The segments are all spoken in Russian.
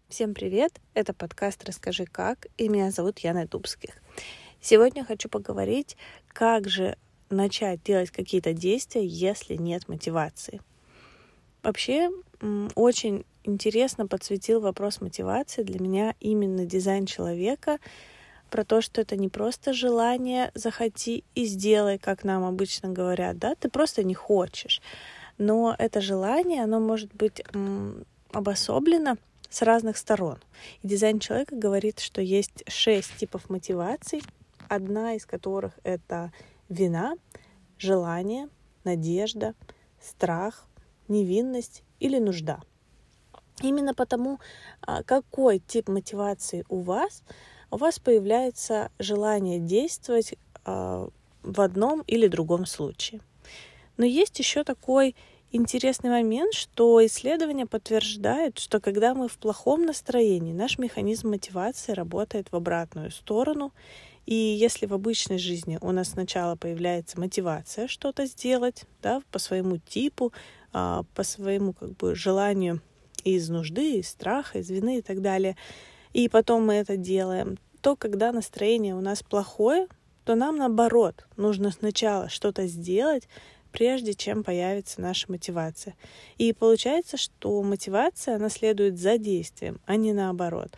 Всем привет! Это подкаст «Расскажи как», и меня зовут Яна Дубских. Сегодня хочу поговорить, как же начать делать какие-то действия, если нет мотивации. Вообще, очень интересно подсветил вопрос мотивации для меня именно дизайн человека, про то, что это не просто желание «захоти и сделай», как нам обычно говорят, да, ты просто не хочешь. Но это желание, оно может быть обособлено с разных сторон. И дизайн человека говорит, что есть 6 типов мотиваций, одна из которых это вина, желание, надежда, страх, невинность или нужда. Именно потому, какой тип мотивации у вас появляется желание действовать в одном или другом случае. Но есть еще такой интересный момент, что исследования подтверждают, что когда мы в плохом настроении, наш механизм мотивации работает в обратную сторону. И если в обычной жизни у нас сначала появляется мотивация что-то сделать, да, по своему типу, по своему желанию из нужды, из страха, из вины и так далее, и потом мы это делаем, то когда настроение у нас плохое, то нам наоборот нужно сначала что-то сделать, прежде чем появится наша мотивация. И получается, что мотивация, она следует за действием, а не наоборот.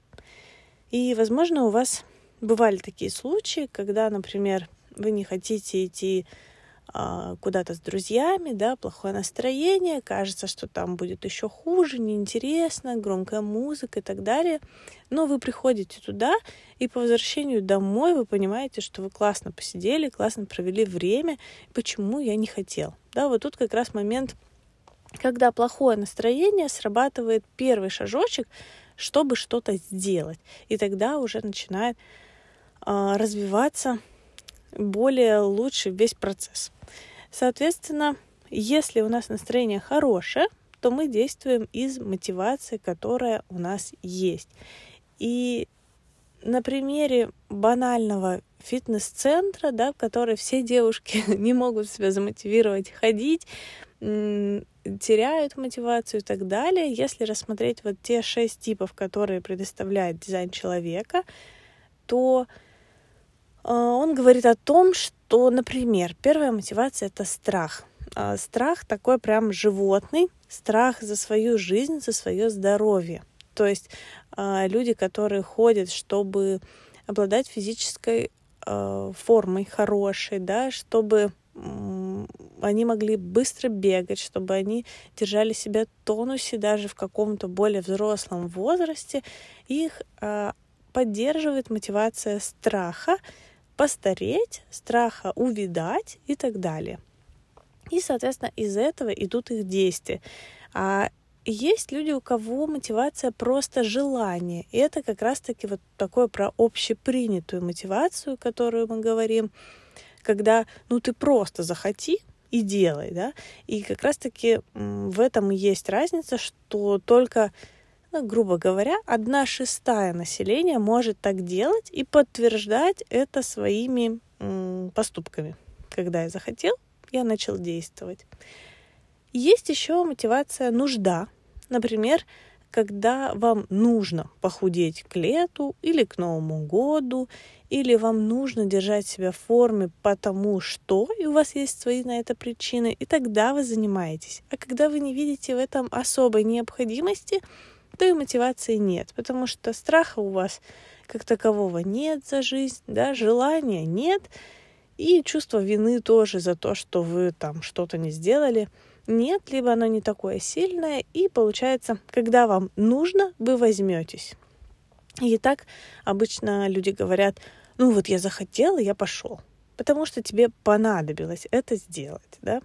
И, возможно, у вас бывали такие случаи, когда, например, вы не хотите идти куда-то с друзьями, да, плохое настроение, кажется, что там будет еще хуже, неинтересно, громкая музыка и так далее. Но вы приходите туда, и по возвращению домой вы понимаете, что вы классно посидели, классно провели время, почему я не хотел. Да, вот тут как раз момент, когда плохое настроение, срабатывает первый шажочек, чтобы что-то сделать. И тогда уже начинает развиваться более лучше весь процесс. Соответственно, если у нас настроение хорошее, то мы действуем из мотивации, которая у нас есть. И на примере банального фитнес-центра, да, в который все девушки не могут себя замотивировать ходить, теряют мотивацию и так далее. Если рассмотреть вот те 6 типов, которые предоставляет дизайн человека, то он говорит о том, что, например, первая мотивация — это страх. Страх такой прям животный, страх за свою жизнь, за свое здоровье. То есть люди, которые ходят, чтобы обладать физической формой хорошей, да, чтобы они могли быстро бегать, чтобы они держали себя в тонусе даже в каком-то более взрослом возрасте, их поддерживает мотивация страха постареть, страха увядать и так далее. И, соответственно, из этого идут их действия. А есть люди, у кого мотивация просто желание. И это как раз-таки вот такое про общепринятую мотивацию, которую мы говорим, когда ты просто захоти и делай, да. И как раз-таки в этом и есть разница, что только, грубо говоря, 1/6 населения может так делать и подтверждать это своими поступками. Когда я захотел, я начал действовать. Есть еще мотивация нужда. Например, когда вам нужно похудеть к лету или к Новому году, или вам нужно держать себя в форме потому что, и у вас есть свои на это причины, и тогда вы занимаетесь. А когда вы не видите в этом особой необходимости, то и мотивации нет, потому что страха у вас как такового нет за жизнь, да, желания нет, и чувство вины тоже за то, что вы там что-то не сделали, нет, либо оно не такое сильное, и получается, когда вам нужно, вы возьметесь. И так обычно люди говорят: вот я захотела, я пошел, потому что тебе понадобилось это сделать, да.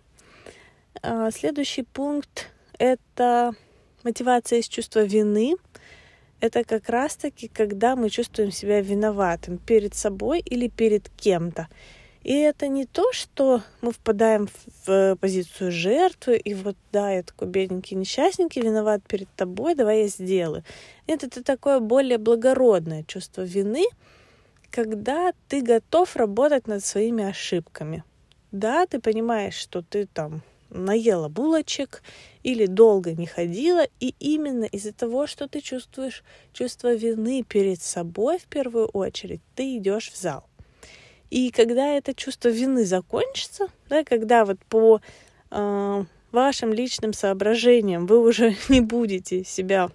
Следующий пункт — это мотивация из чувства вины. Это как раз-таки, когда мы чувствуем себя виноватым перед собой или перед кем-то. И это не то, что мы впадаем в позицию жертвы, и я такой бедненький, несчастненький, виноват перед тобой, давай я сделаю. Нет, это такое более благородное чувство вины, когда ты готов работать над своими ошибками. Да, ты понимаешь, что ты там наела булочек или долго не ходила, и именно из-за того, что ты чувствуешь чувство вины перед собой в первую очередь, ты идешь в зал. И когда это чувство вины закончится, да, когда вот по вашим личным соображениям вы уже не будете себя,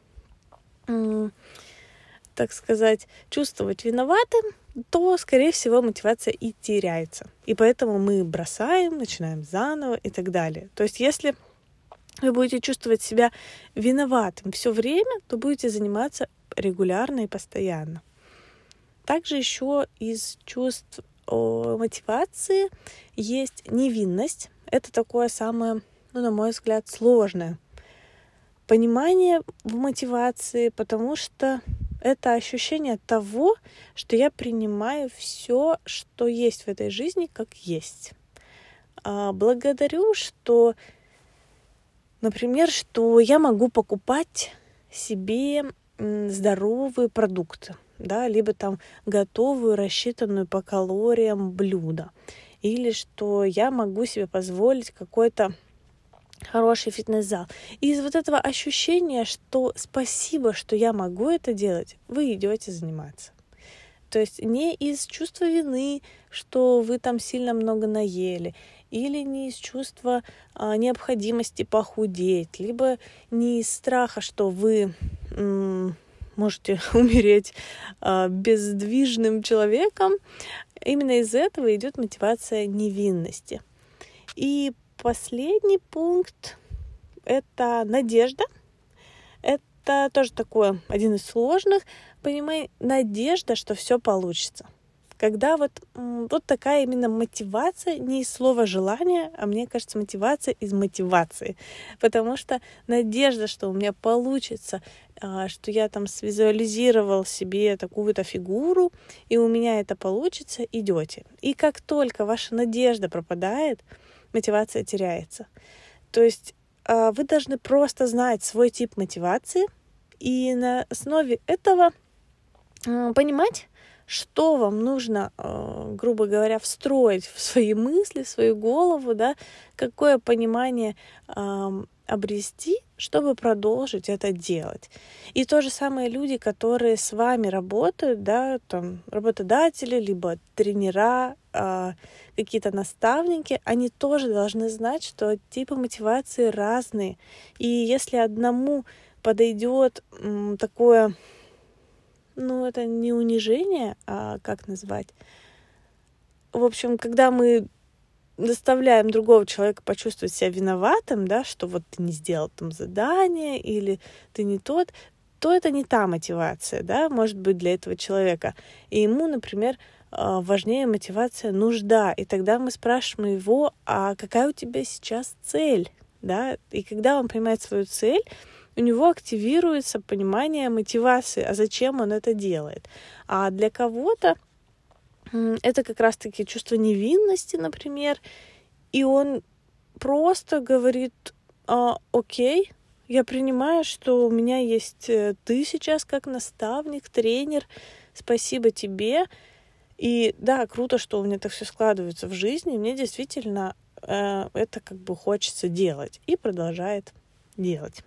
так сказать, чувствовать виноватым, то, скорее всего, мотивация и теряется. И поэтому мы бросаем, начинаем заново и так далее. То есть, если вы будете чувствовать себя виноватым все время, то будете заниматься регулярно и постоянно. Также еще из чувств мотивации есть невинность. Это такое самое, на мой взгляд, сложное понимание в мотивации, потому что это ощущение того, что я принимаю все, что есть в этой жизни, как есть. Благодарю, что, например, что я могу покупать себе здоровые продукты, да, либо там готовую, рассчитанную по калориям блюдо, или что я могу себе позволить какой-то хороший фитнес-зал. И из вот этого ощущения, что спасибо, что я могу это делать, вы идете заниматься. То есть не из чувства вины, что вы там сильно много наели, или не из чувства необходимости похудеть, либо не из страха, что вы можете умереть бездвижным человеком. Именно из этого идет мотивация невинности. И последний пункт — это надежда. Это тоже такое, один из сложных. Понимай, надежда, что все получится. Когда вот такая именно мотивация, не из слова желания, а мне кажется, мотивация из мотивации. Потому что надежда, что у меня получится, что я там свизуализировал себе такую-то фигуру, и у меня это получится, идете. И как только ваша надежда пропадает, мотивация теряется. То есть вы должны просто знать свой тип мотивации и на основе этого понимать, что вам нужно, грубо говоря, встроить в свои мысли, в свою голову, да, какое понимание обрести, чтобы продолжить это делать. И то же самое люди, которые с вами работают, да, там, работодатели, либо тренера, какие-то наставники, они тоже должны знать, что типы мотивации разные. И если одному подойдет такое, это не унижение, а как назвать? В общем, когда мы заставляем другого человека почувствовать себя виноватым, да, что вот ты не сделал там задание или ты не тот, то это не та мотивация, да, может быть, для этого человека. И ему, например, важнее мотивация нужда. И тогда мы спрашиваем его, а какая у тебя сейчас цель? Да? И когда он понимает свою цель, у него активируется понимание мотивации, а зачем он это делает. А для кого-то это как раз-таки чувство невинности, например, и он просто говорит: окей, я принимаю, что у меня есть ты сейчас как наставник, тренер, спасибо тебе. И да, круто, что у меня так все складывается в жизни, мне действительно это как бы хочется делать, и продолжает делать.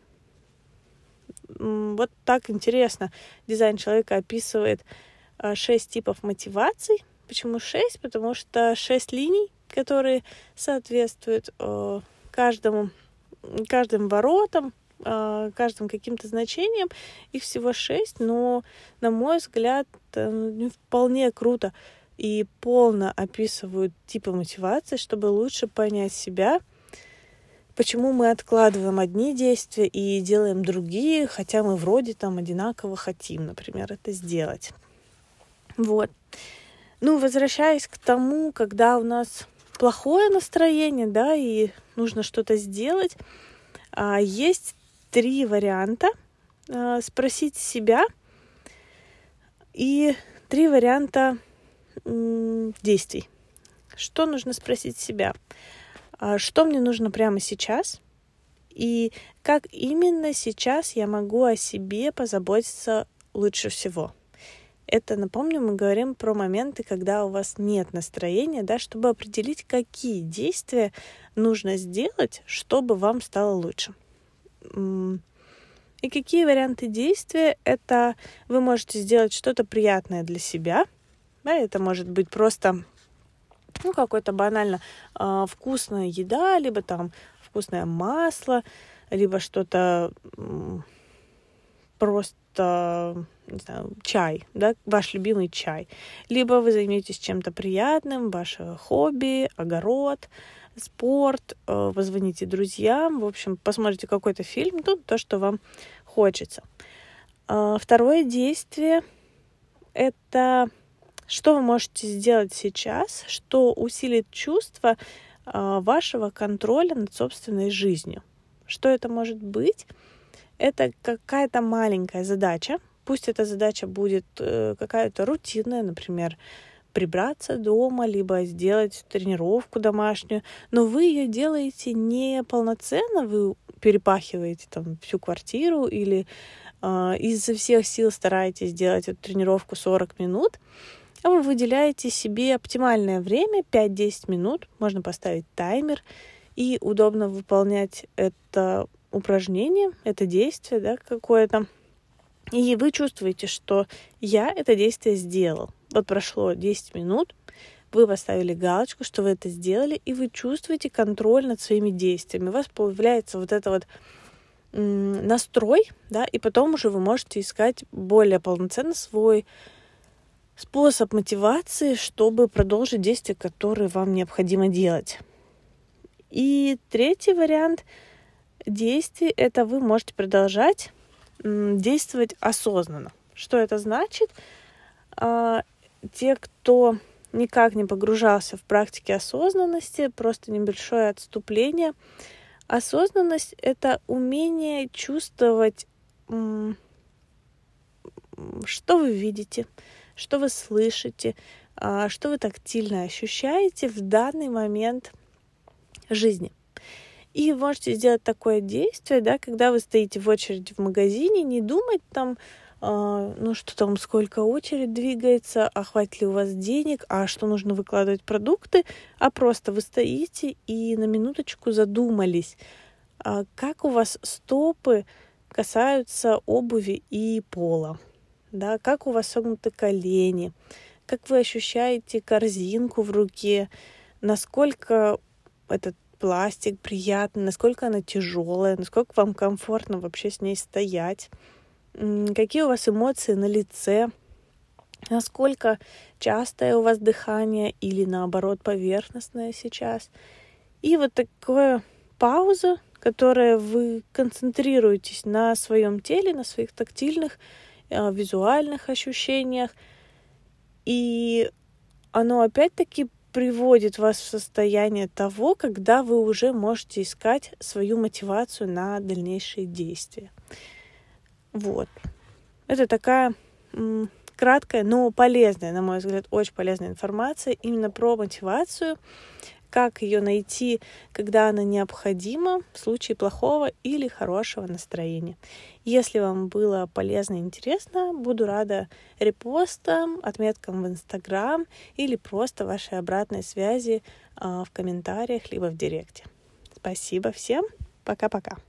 Вот так интересно дизайн человека описывает 6 типов мотиваций. Почему 6? Потому что 6 линий, которые соответствуют каждым воротам, каждым каким-то значениям. Их всего 6, но, на мой взгляд, вполне круто и полно описывают типы мотивации, чтобы лучше понять себя, почему мы откладываем одни действия и делаем другие, хотя мы вроде там одинаково хотим, например, это сделать. Вот. Возвращаясь к тому, когда у нас плохое настроение, да, и нужно что-то сделать, есть 3 варианта спросить себя и 3 варианта действий. Что нужно спросить себя? Что мне нужно прямо сейчас? И как именно сейчас я могу о себе позаботиться лучше всего? Это, напомню, мы говорим про моменты, когда у вас нет настроения, да, чтобы определить, какие действия нужно сделать, чтобы вам стало лучше. И какие варианты действия? Это вы можете сделать что-то приятное для себя. Да, это может быть просто какой-то банально вкусная еда, либо там вкусное масло, либо что-то просто, не знаю, чай, да, ваш любимый чай. Либо вы займетесь чем-то приятным, ваше хобби, огород, спорт, позвоните друзьям, в общем, посмотрите какой-то фильм, то, что вам хочется. Второе действие — это что вы можете сделать сейчас, что усилит чувство вашего контроля над собственной жизнью. Что это может быть? Это какая-то маленькая задача. Пусть эта задача будет какая-то рутинная, например, прибраться дома, либо сделать тренировку домашнюю, но вы ее делаете не полноценно, вы перепахиваете там всю квартиру или изо всех сил стараетесь сделать эту тренировку 40 минут, а вы выделяете себе оптимальное время, 5-10 минут, можно поставить таймер, и удобно выполнять это упражнение, это действие, да, какое-то. И вы чувствуете, что я это действие сделал. Вот прошло 10 минут, вы поставили галочку, что вы это сделали, и вы чувствуете контроль над своими действиями. У вас появляется вот это вот настрой, да, и потом уже вы можете искать более полноценно свой способ мотивации, чтобы продолжить действия, которые вам необходимо делать. И третий вариант действий — это вы можете продолжать действовать осознанно. Что это значит? Те, кто никак не погружался в практики осознанности, просто небольшое отступление. Осознанность — это умение чувствовать, что вы видите, что вы слышите, что вы тактильно ощущаете в данный момент жизни. И можете сделать такое действие, да, когда вы стоите в очереди в магазине, не думать там, что там, сколько очередь двигается, а хватит ли у вас денег, а что нужно выкладывать продукты, а просто вы стоите и на минуточку задумались, как у вас стопы касаются обуви и пола, да, как у вас согнуты колени, как вы ощущаете корзинку в руке, насколько этот пластик приятный, насколько она тяжелая, насколько вам комфортно вообще с ней стоять, какие у вас эмоции на лице, насколько частое у вас дыхание или наоборот поверхностное сейчас. И вот такая пауза, которая вы концентрируетесь на своем теле, на своих тактильных, визуальных ощущениях, и оно опять-таки приводит вас в состояние того, когда вы уже можете искать свою мотивацию на дальнейшие действия. Вот. Это такая краткая, но полезная, на мой взгляд, очень полезная информация именно про мотивацию, как ее найти, когда она необходима в случае плохого или хорошего настроения. Если вам было полезно и интересно, буду рада репостам, отметкам в Инстаграм или просто вашей обратной связи в комментариях либо в директе. Спасибо всем. Пока-пока.